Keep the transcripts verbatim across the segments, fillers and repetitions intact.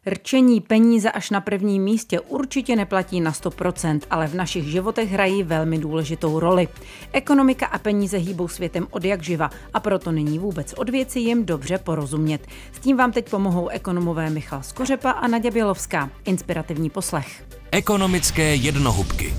Rčení peníze až na prvním místě určitě neplatí na sto procent, ale v našich životech hrají velmi důležitou roli. Ekonomika a peníze hýbou světem odjakživa a proto není vůbec od věci jim dobře porozumět. S tím vám teď pomohou ekonomové Michal Skořepa a Naďa Bělovská. Inspirativní poslech. Ekonomické jednohubky.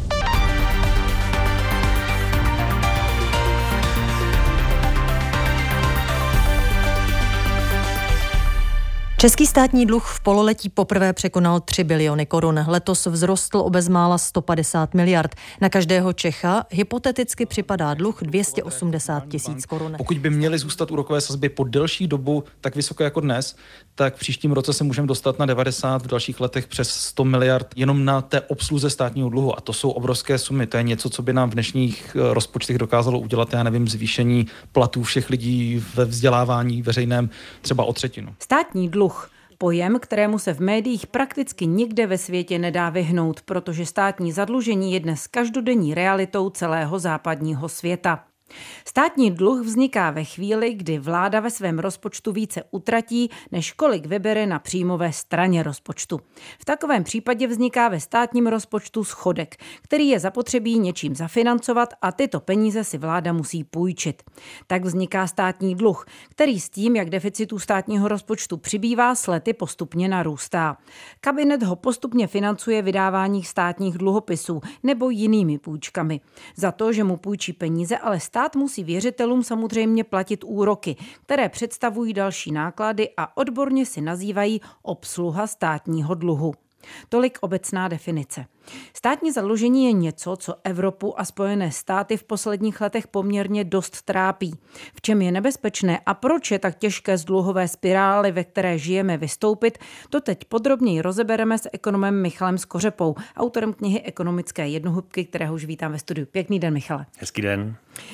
Český státní dluh v pololetí poprvé překonal tři biliony korun. Letos vzrostl o bezmála sto padesát miliard. Na každého Čecha hypoteticky připadá dluh dvě stě osmdesát tisíc korun. Pokud by měly zůstat úrokové sazby po delší dobu tak vysoké jako dnes, tak v příštím roce se můžeme dostat na devadesát, v dalších letech přes sto miliard jenom na té obsluze státního dluhu. A to jsou obrovské sumy. To je něco, co by nám v dnešních rozpočtech dokázalo udělat, já nevím, zvýšení platů všech lidí ve vzdělávání veřejném třeba o třetinu. Státní dluh. Pojem, kterému se v médiích prakticky nikde ve světě nedá vyhnout, protože státní zadlužení je dnes každodenní realitou celého západního světa. Státní dluh vzniká ve chvíli, kdy vláda ve svém rozpočtu více utratí, než kolik vybere na příjmové straně rozpočtu. V takovém případě vzniká ve státním rozpočtu schodek, který je zapotřebí něčím zafinancovat a tyto peníze si vláda musí půjčit. Tak vzniká státní dluh, který s tím, jak deficitu státního rozpočtu přibývá, s lety postupně narůstá. Kabinet ho postupně financuje vydávání státních dluhopisů nebo jinými půjčkami. Za to, že mu půjčí peníze, ale stát musí věřitelům samozřejmě platit úroky, které představují další náklady a odborně si nazývají obsluha státního dluhu. Tolik obecná definice. Státní zadlužení je něco, co Evropu a Spojené státy v posledních letech poměrně dost trápí. V čem je nebezpečné a proč je tak těžké z dluhové spirály, ve které žijeme, vystoupit, to teď podrobněji rozebereme s ekonomem Michalem Skořepou, autorem knihy Ekonomické jednohubky, kterého už vítám ve studiu. Pěkný den, Michale. Hezký den.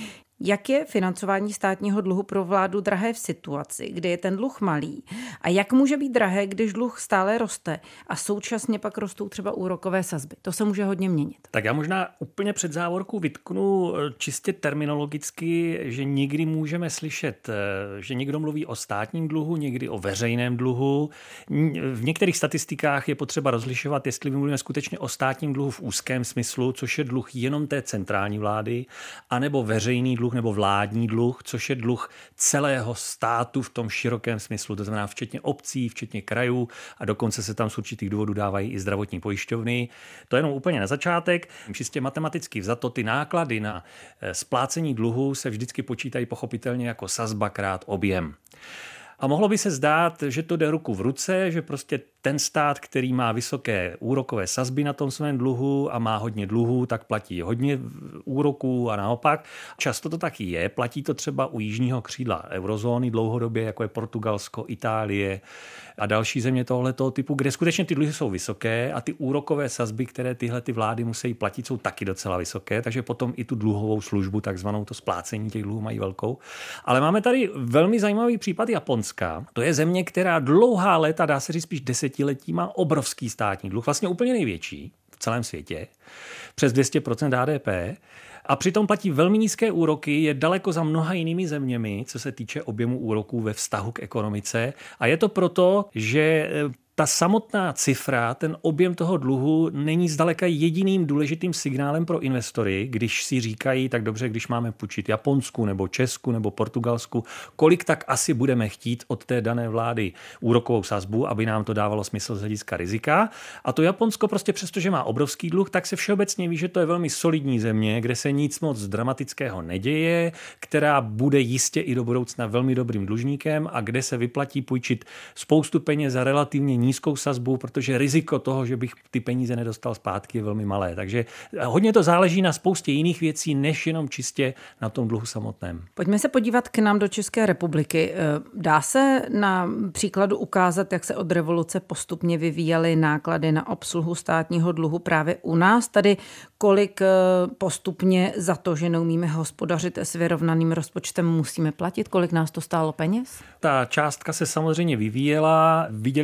Jak je financování státního dluhu pro vládu drahé v situaci, kdy je ten dluh malý? A jak může být drahé, když dluh stále roste a současně pak rostou třeba úrokové sazby? To se může hodně měnit. Tak já možná úplně před závorku vytknu čistě terminologicky, že někdy můžeme slyšet, že někdo mluví o státním dluhu, někdy o veřejném dluhu. V některých statistikách je potřeba rozlišovat, jestli mluvíme skutečně o státním dluhu v úzkém smyslu, což je dluh jenom té centrální vlády, anebo veřejný dluh nebo vládní dluh, což je dluh celého státu v tom širokém smyslu, to znamená včetně obcí, včetně krajů a dokonce se tam z určitých důvodů dávají i zdravotní pojišťovny. To je jenom úplně na začátek. Čistě matematicky vzato ty náklady na splácení dluhu se vždycky počítají pochopitelně jako sazba krát objem. A mohlo by se zdát, že to jde ruku v ruce, že prostě ten stát, který má vysoké úrokové sazby na tom svém dluhu a má hodně dluhů, tak platí hodně úroků a naopak. Často to taky je. Platí to třeba u jižního křídla eurozóny dlouhodobě, jako je Portugalsko, Itálie a další země tohoto typu, kde skutečně ty dluhy jsou vysoké a ty úrokové sazby, které tyhle ty vlády musí platit, jsou taky docela vysoké, takže potom i tu dluhovou službu, takzvanou to splácení těch dluhů mají velkou. Ale máme tady velmi zajímavý případ Japonska. To je země, která dlouhá léta, dá se říct spíš desetiletí, má obrovský státní dluh, vlastně úplně největší v celém světě, přes dvě stě procent H D P. A přitom platí velmi nízké úroky, je daleko za mnoha jinými zeměmi, co se týče objemu úroků ve vztahu k ekonomice. A je to proto, že ta samotná cifra, ten objem toho dluhu není zdaleka jediným důležitým signálem pro investory, když si říkají, tak dobře, když máme půjčit Japonsku nebo Česku nebo Portugalsku, kolik tak asi budeme chtít od té dané vlády úrokovou sazbu, aby nám to dávalo smysl z hlediska rizika. A to Japonsko prostě přesto, že má obrovský dluh, tak se všeobecně ví, že to je velmi solidní země, kde se nic moc dramatického neděje, která bude jistě i do budoucna velmi dobrým dlužníkem a kde se vyplatí půjčit spoustu peněz za relativně nízkou sazbu, protože riziko toho, že bych ty peníze nedostal zpátky, je velmi malé. Takže hodně to záleží na spoustě jiných věcí, než jenom čistě na tom dluhu samotném. Pojďme se podívat k nám do České republiky. Dá se na příkladu ukázat, jak se od revoluce postupně vyvíjely náklady na obsluhu státního dluhu právě u nás? Tady kolik postupně za to, že neumíme hospodařit s vyrovnaným rozpočtem, musíme platit? Kolik nás to stálo peněz? Ta částka se samozřejmě vyvíjela. Viděli jsme hodně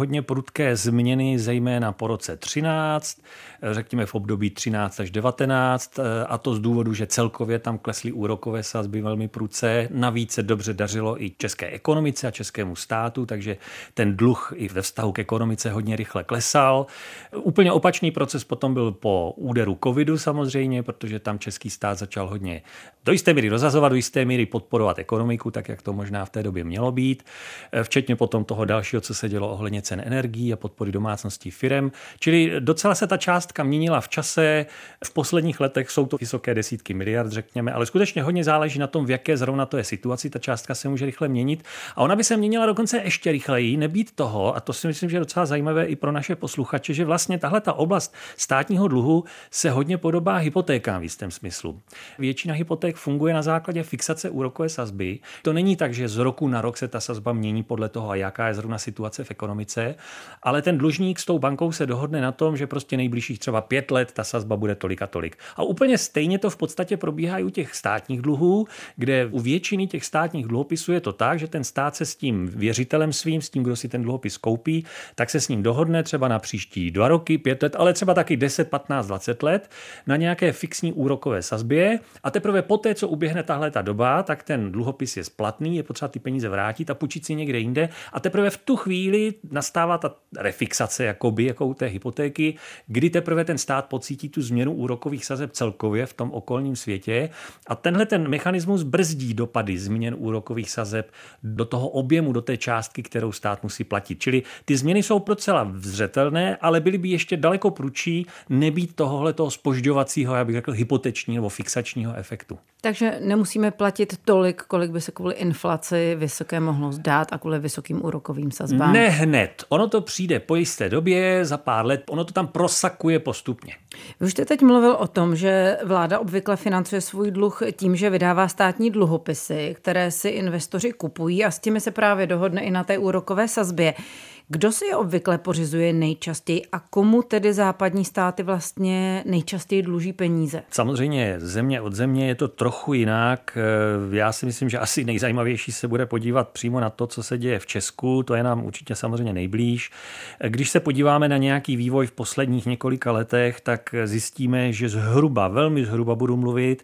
hodně prudké změny, zejména po roce třináct, řekněme v období třináct až devatenáct, a to z důvodu, že celkově tam klesly úrokové sazby velmi prudce. Navíc se dobře dařilo i české ekonomice a českému státu, takže ten dluh i ve vztahu k ekonomice hodně rychle klesal. Úplně opačný proces potom byl po úderu covidu samozřejmě, protože tam český stát začal hodně do jisté míry rozhazovat, do jisté míry podporovat ekonomiku, tak jak to možná v té době mělo být, včetně potom toho dalšího, co se dělo ohledně cen energií a podpory domácností firem. Čili docela se ta částka měnila v čase. V posledních letech jsou to vysoké desítky miliard, řekněme, ale skutečně hodně záleží na tom, v jaké zrovna to je situaci. Ta částka se může rychle měnit a ona by se měnila dokonce ještě rychleji, nebýt toho, a to si myslím, že je docela zajímavé i pro naše posluchače, že vlastně tahle ta oblast státního dluhu se hodně podobá hypotékám v jistém smyslu. Většina hypoték funguje na základě fixace úrokové sazby. To není tak, že z roku na rok se ta sazba mění podle toho, jaká je zrovna situace v ekonomice, ale ten dlužník s tou bankou se dohodne na tom, že prostě nejbližších třeba pět let ta sazba bude tolik a tolik. A úplně stejně to v podstatě probíhá i u těch státních dluhů, kde u většiny těch státních dluhopisů je to tak, že ten stát se s tím věřitelem svým, s tím, kdo si ten dluhopis koupí, tak se s ním dohodne třeba na příští dva roky, pět let, ale třeba taky deset, patnáct, dvacet let na nějaké fixní úrokové sazbě a teprve poté, co uběhne tahle ta doba, tak ten dluhopis je splatný, je potřeba ty peníze vrátit a půjčit si někde jinde a teprve v tu chvíli nastává ta refixace jakoby, jako u té hypotéky, kdy teprve ten stát pocítí tu změnu úrokových sazeb celkově v tom okolním světě a tenhle ten mechanismus brzdí dopady změn úrokových sazeb do toho objemu, do té částky, kterou stát musí platit. Čili ty změny jsou docela zřetelné, ale byly by ještě daleko prudší nebýt tohohletoho zpožďovacího, já bych řekl, hypotečního nebo fixačního efektu. Takže nemusíme platit tolik, kolik by se kvůli inflaci vysoké mohlo zdát a kvůli vysokým úrokovým sazbám. Ne hned. Ono to přijde po jisté době, za pár let, ono to tam prosakuje postupně. Vy už jste teď mluvil o tom, že vláda obvykle financuje svůj dluh tím, že vydává státní dluhopisy, které si investoři kupují a s těmi se právě dohodne i na té úrokové sazbě. Kdo si je obvykle pořizuje nejčastěji a komu tedy západní státy vlastně nejčastěji dluží peníze? Samozřejmě země od země je to trochu jinak. Já si myslím, že asi nejzajímavější se bude podívat přímo na to, co se děje v Česku. To je nám určitě samozřejmě nejblíž. Když se podíváme na nějaký vývoj v posledních několika letech, tak zjistíme, že zhruba, velmi zhruba budu mluvit,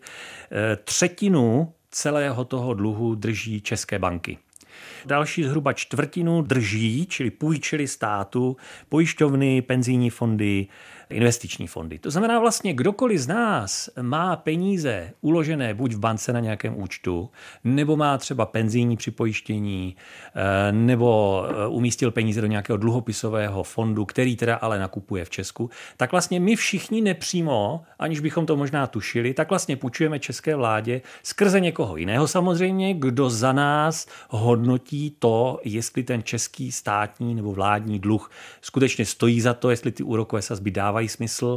třetinu celého toho dluhu drží české banky. Další zhruba čtvrtinu drží, čili půjčili státu, pojišťovny, penzijní fondy, investiční fondy. To znamená vlastně, kdokoliv z nás má peníze uložené buď v bance na nějakém účtu, nebo má třeba penzijní připojištění, nebo umístil peníze do nějakého dluhopisového fondu, který teda ale nakupuje v Česku, tak vlastně my všichni nepřímo, aniž bychom to možná tušili, tak vlastně půjčujeme české vládě skrze někoho jiného samozřejmě, kdo za nás hodnotí to, jestli ten český státní nebo vládní dluh skutečně stojí za to, jestli ty úrokové sazby dávají smysl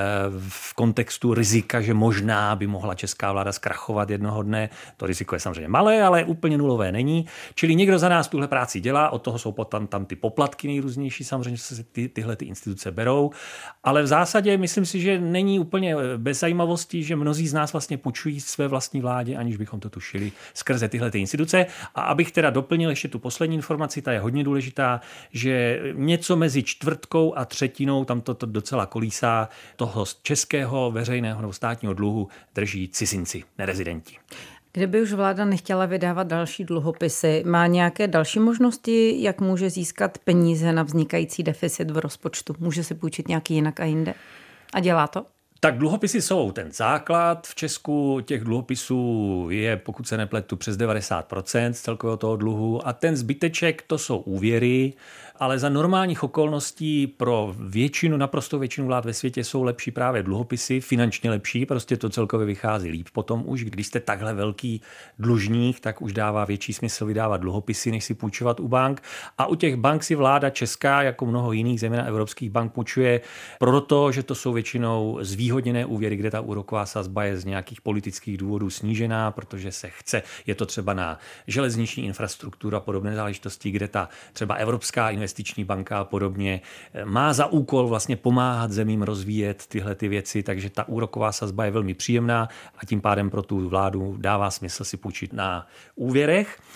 v kontextu rizika, že možná by mohla česká vláda zkrachovat jednoho dne. To riziko je samozřejmě malé, ale úplně nulové není. Čili někdo za nás tuhle práci dělá, od toho jsou potom tam ty poplatky nejrůznější, samozřejmě se ty, tyhle ty instituce berou, ale v zásadě myslím si, že není úplně bez zajímavosti, že mnozí z nás vlastně půjčují své vlastní vládě, aniž bychom to tušili skrze tyhle ty instituce. A abych teda doplnil ještě tu poslední informaci, ta je hodně důležitá, že něco mezi čtvrtkou a třetinou, tam to, to docela kolísá, toho českého veřejného nebo státního dluhu drží cizinci, nerezidenti. Kdyby už vláda nechtěla vydávat další dluhopisy, má nějaké další možnosti, jak může získat peníze na vznikající deficit v rozpočtu? Může si půjčit nějaký jinak a jinde? A dělá to? Tak dluhopisy jsou ten základ. V Česku těch dluhopisů je, pokud se nepletu, přes devadesát procent z celkového toho dluhu a ten zbyteček to jsou úvěry, ale za normálních okolností pro většinu, naprosto většinu vlád ve světě jsou lepší právě dluhopisy, finančně lepší, prostě to celkově vychází líp. Potom už, když jste takhle velký dlužník, tak už dává větší smysl vydávat dluhopisy, než si půjčovat u bank. A u těch bank si vláda česká, jako mnoho jiných, zejména evropských bank, půjčuje proto, že to jsou většinou zvýhodněné úvěry, kde ta úroková sazba je z nějakých politických důvodů snížená, protože se chce, je to třeba na železniční infrastrukturu a podobné záležitosti, kde ta třeba Evropská investiční banka a podobně má za úkol vlastně pomáhat zemím rozvíjet tyhle ty věci, takže ta úroková sazba je velmi příjemná a tím pádem pro tu vládu dává smysl si půjčit na úvěrech.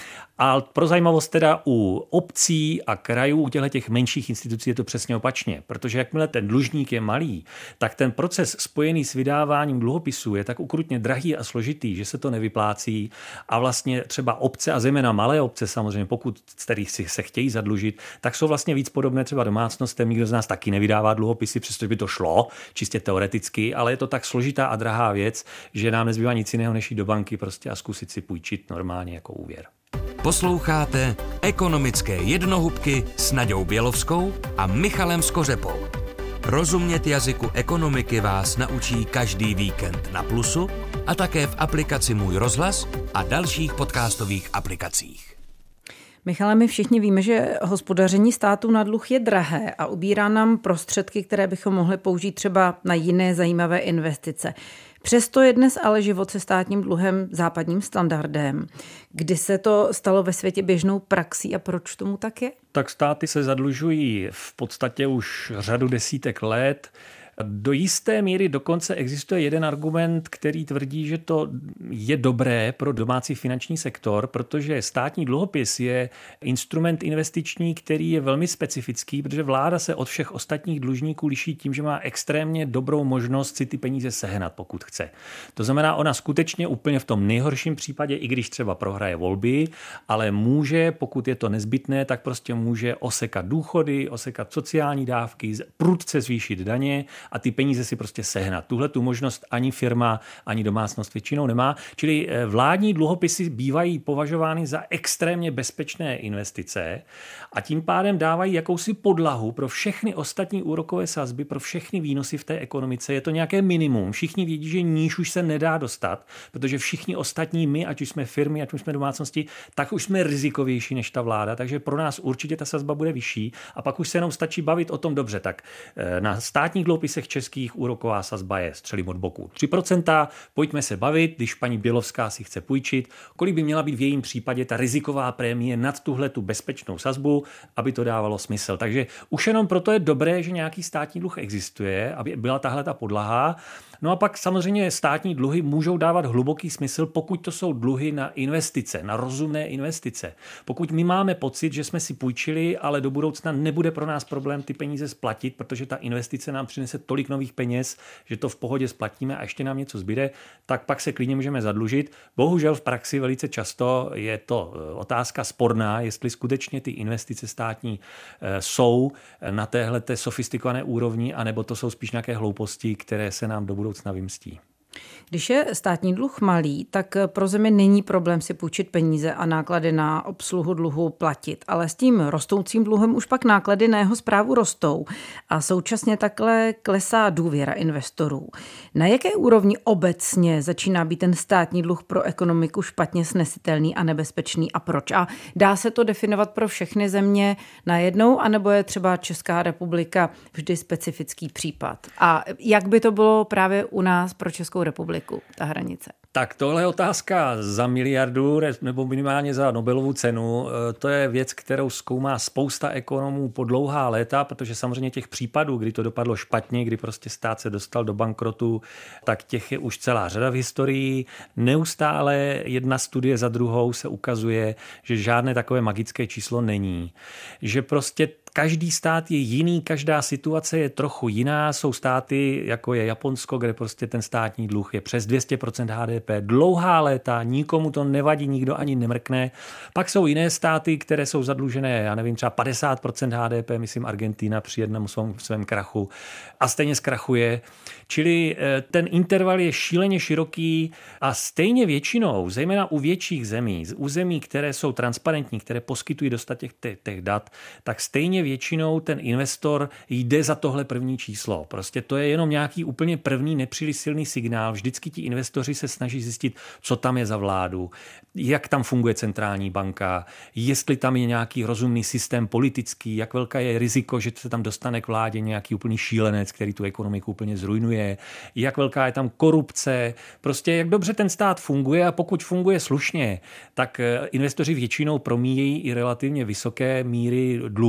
A pro zajímavost teda u obcí a krajů, u těchto těch menších institucí je to přesně opačně, protože jakmile ten dlužník je malý, tak ten proces spojený s vydáváním dluhopisů je tak ukrutně drahý a složitý, že se to nevyplácí a vlastně třeba obce a zejména malé obce samozřejmě, pokud z kterých si se chtějí zadlužit, tak jsou vlastně víc podobné třeba domácnostem. Nikdo z nás taky nevydává dluhopisy, přestože by to šlo, čistě teoreticky, ale je to tak složitá a drahá věc, že nám nezbývá nic jiného, než jít do banky prostě a zkusit si půjčit normálně jako úvěr. Posloucháte Ekonomické jednohubky s Naďou Bělovskou a Michalem Skořepou. Rozumět jazyku ekonomiky vás naučí každý víkend na Plusu a také v aplikaci Můj rozhlas a dalších podcastových aplikacích. Michale, my všichni víme, že hospodaření státu na dluh je drahé a ubírá nám prostředky, které bychom mohli použít třeba na jiné zajímavé investice. Přesto je dnes ale život se státním dluhem západním standardem. Kdy se to stalo ve světě běžnou praxí a proč tomu tak je? Tak státy se zadlužují v podstatě už řadu desítek let. Do jisté míry dokonce existuje jeden argument, který tvrdí, že to je dobré pro domácí finanční sektor, protože státní dluhopis je instrument investiční, který je velmi specifický, protože vláda se od všech ostatních dlužníků liší tím, že má extrémně dobrou možnost si ty peníze sehnat, pokud chce. To znamená, ona skutečně úplně v tom nejhorším případě, i když třeba prohraje volby, ale může, pokud je to nezbytné, tak prostě může osekat důchody, osekat sociální dávky, prudce zvýšit daně a ty peníze si prostě sehnat. Tuhle tu možnost ani firma, ani domácnost většinou nemá. Čili vládní dluhopisy bývají považovány za extrémně bezpečné investice a tím pádem dávají jakousi podlahu pro všechny ostatní úrokové sazby, pro všechny výnosy v té ekonomice. Je to nějaké minimum. Všichni vědí, že níž už se nedá dostat, protože všichni ostatní, my, ať už jsme firmy, ať už jsme domácnosti, tak už jsme rizikovější než ta vláda, takže pro nás určitě ta sazba bude vyšší a pak už se jenom stačí bavit o tom dobře. Tak na státních dluhopisech českých úroková sazba je, střelím od boku, tři procenta, pojďme se bavit, když paní Bělovská si chce půjčit, kolik by měla být v jejím případě ta riziková prémie nad tuhle tu bezpečnou sazbu, aby to dávalo smysl. Takže už jenom proto je dobré, že nějaký státní dluh existuje, aby byla tahle ta podlaha. No a pak samozřejmě státní dluhy můžou dávat hluboký smysl, pokud to jsou dluhy na investice, na rozumné investice. Pokud my máme pocit, že jsme si půjčili, ale do budoucna nebude pro nás problém ty peníze splatit, protože ta investice nám přinese tolik nových peněz, že to v pohodě splatíme a ještě nám něco zbyde, tak pak se klidně můžeme zadlužit. Bohužel v praxi velice často je to otázka sporná, jestli skutečně ty investice státní jsou na téhleté sofistikované úrovni, anebo to jsou spíš nějaké hlouposti, které se nám do budoucna vymstí. Když je státní dluh malý, tak pro zemi není problém si půjčit peníze a náklady na obsluhu dluhu platit. Ale s tím rostoucím dluhem už pak náklady na jeho správu rostou a současně takhle klesá důvěra investorů. Na jaké úrovni obecně začíná být ten státní dluh pro ekonomiku špatně snesitelný a nebezpečný a proč? A dá se to definovat pro všechny země najednou, anebo je třeba Česká republika vždy specifický případ? A jak by to bylo právě u nás pro Českou republiku, ta hranice? Tak tohle je otázka za miliardu nebo minimálně za Nobelovu cenu. To je věc, kterou zkoumá spousta ekonomů po dlouhá léta, protože samozřejmě těch případů, kdy to dopadlo špatně, kdy prostě stát se dostal do bankrotu, tak těch je už celá řada v historii. Neustále jedna studie za druhou se ukazuje, že žádné takové magické číslo není. Že prostě každý stát je jiný, každá situace je trochu jiná. Jsou státy, jako je Japonsko, kde prostě ten státní dluh je přes dvě stě procent H D P, dlouhá léta, nikomu to nevadí, nikdo ani nemrkne. Pak jsou jiné státy, které jsou zadlužené, já nevím, třeba padesát procent H D P, myslím Argentina při jednom svém, svém krachu a stejně zkrachuje. Čili ten interval je šíleně široký a stejně většinou, zejména u větších zemí, u zemí, které jsou transparentní, které poskytují dostatek těch, těch dat, tak stejně většinou ten investor jde za tohle první číslo. Prostě to je jenom nějaký úplně první nepříliš silný signál. Vždycky ti investoři se snaží zjistit, co tam je za vládu, jak tam funguje centrální banka, jestli tam je nějaký rozumný systém politický, jak velká je riziko, že se tam dostane k vládě nějaký úplný šílenec, který tu ekonomiku úplně zrujnuje, jak velká je tam korupce, prostě jak dobře ten stát funguje a pokud funguje slušně, tak investoři většinou promíjejí i relativně vysoké míry dluhu. Vidíme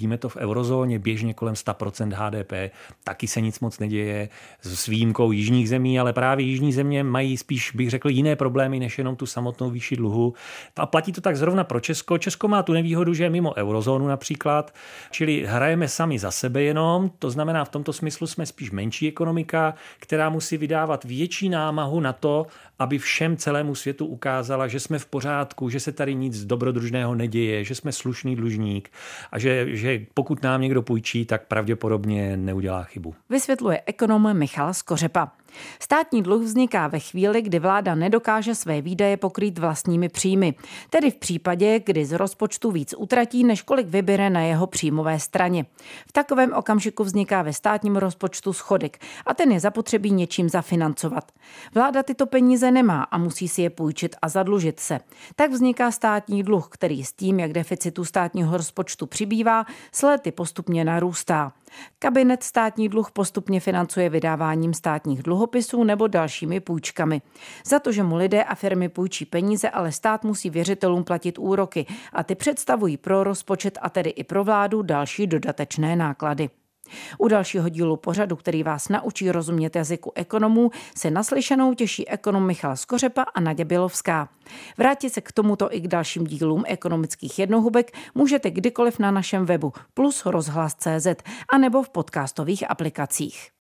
vidíme to v eurozóně běžně kolem sto procent H D P, taky se nic moc neděje s výjimkou jižních zemí, ale právě jižní země mají spíš, bych řekl, jiné problémy než jenom tu samotnou výši dluhu. A platí to tak zrovna pro Česko. Česko má tu nevýhodu, že je mimo eurozónu například, čili hrajeme sami za sebe jenom, to znamená v tomto smyslu jsme spíš menší ekonomika, která musí vydávat větší námahu na to, aby všem celému světu ukázala, že jsme v pořádku, že se tady nic dobrodružného neděje, že jsme slušný dlužník a že, že pokud nám někdo půjčí, tak pravděpodobně neudělá chybu. Vysvětluje ekonom Michal Skořepa. Státní dluh vzniká ve chvíli, kdy vláda nedokáže své výdaje pokrýt vlastními příjmy. Tedy v případě, kdy z rozpočtu víc utratí, než kolik vybere na jeho příjmové straně. V takovém okamžiku vzniká ve státním rozpočtu schodek a ten je zapotřebí něčím zafinancovat. Vláda tyto peníze nemá a musí si je půjčit a zadlužit se. Tak vzniká státní dluh, který s tím, jak deficitu státního rozpočtu přibývá, s lety postupně narůstá. Kabinet státní dluh postupně financuje vydáváním státních dluhopisů nebo dalšími půjčkami. Za to, že mu lidé a firmy půjčí peníze, ale stát musí věřitelům platit úroky a ty představují pro rozpočet a tedy i pro vládu další dodatečné náklady. U dalšího dílu pořadu, který vás naučí rozumět jazyku ekonomů, se naslyšenou těší ekonom Michal Skořepa a Naděja Bělovská. Vrátit se k tomuto i k dalším dílům ekonomických jednohubek můžete kdykoliv na našem webu plus rozhlas tečka cé zet a nebo v podcastových aplikacích.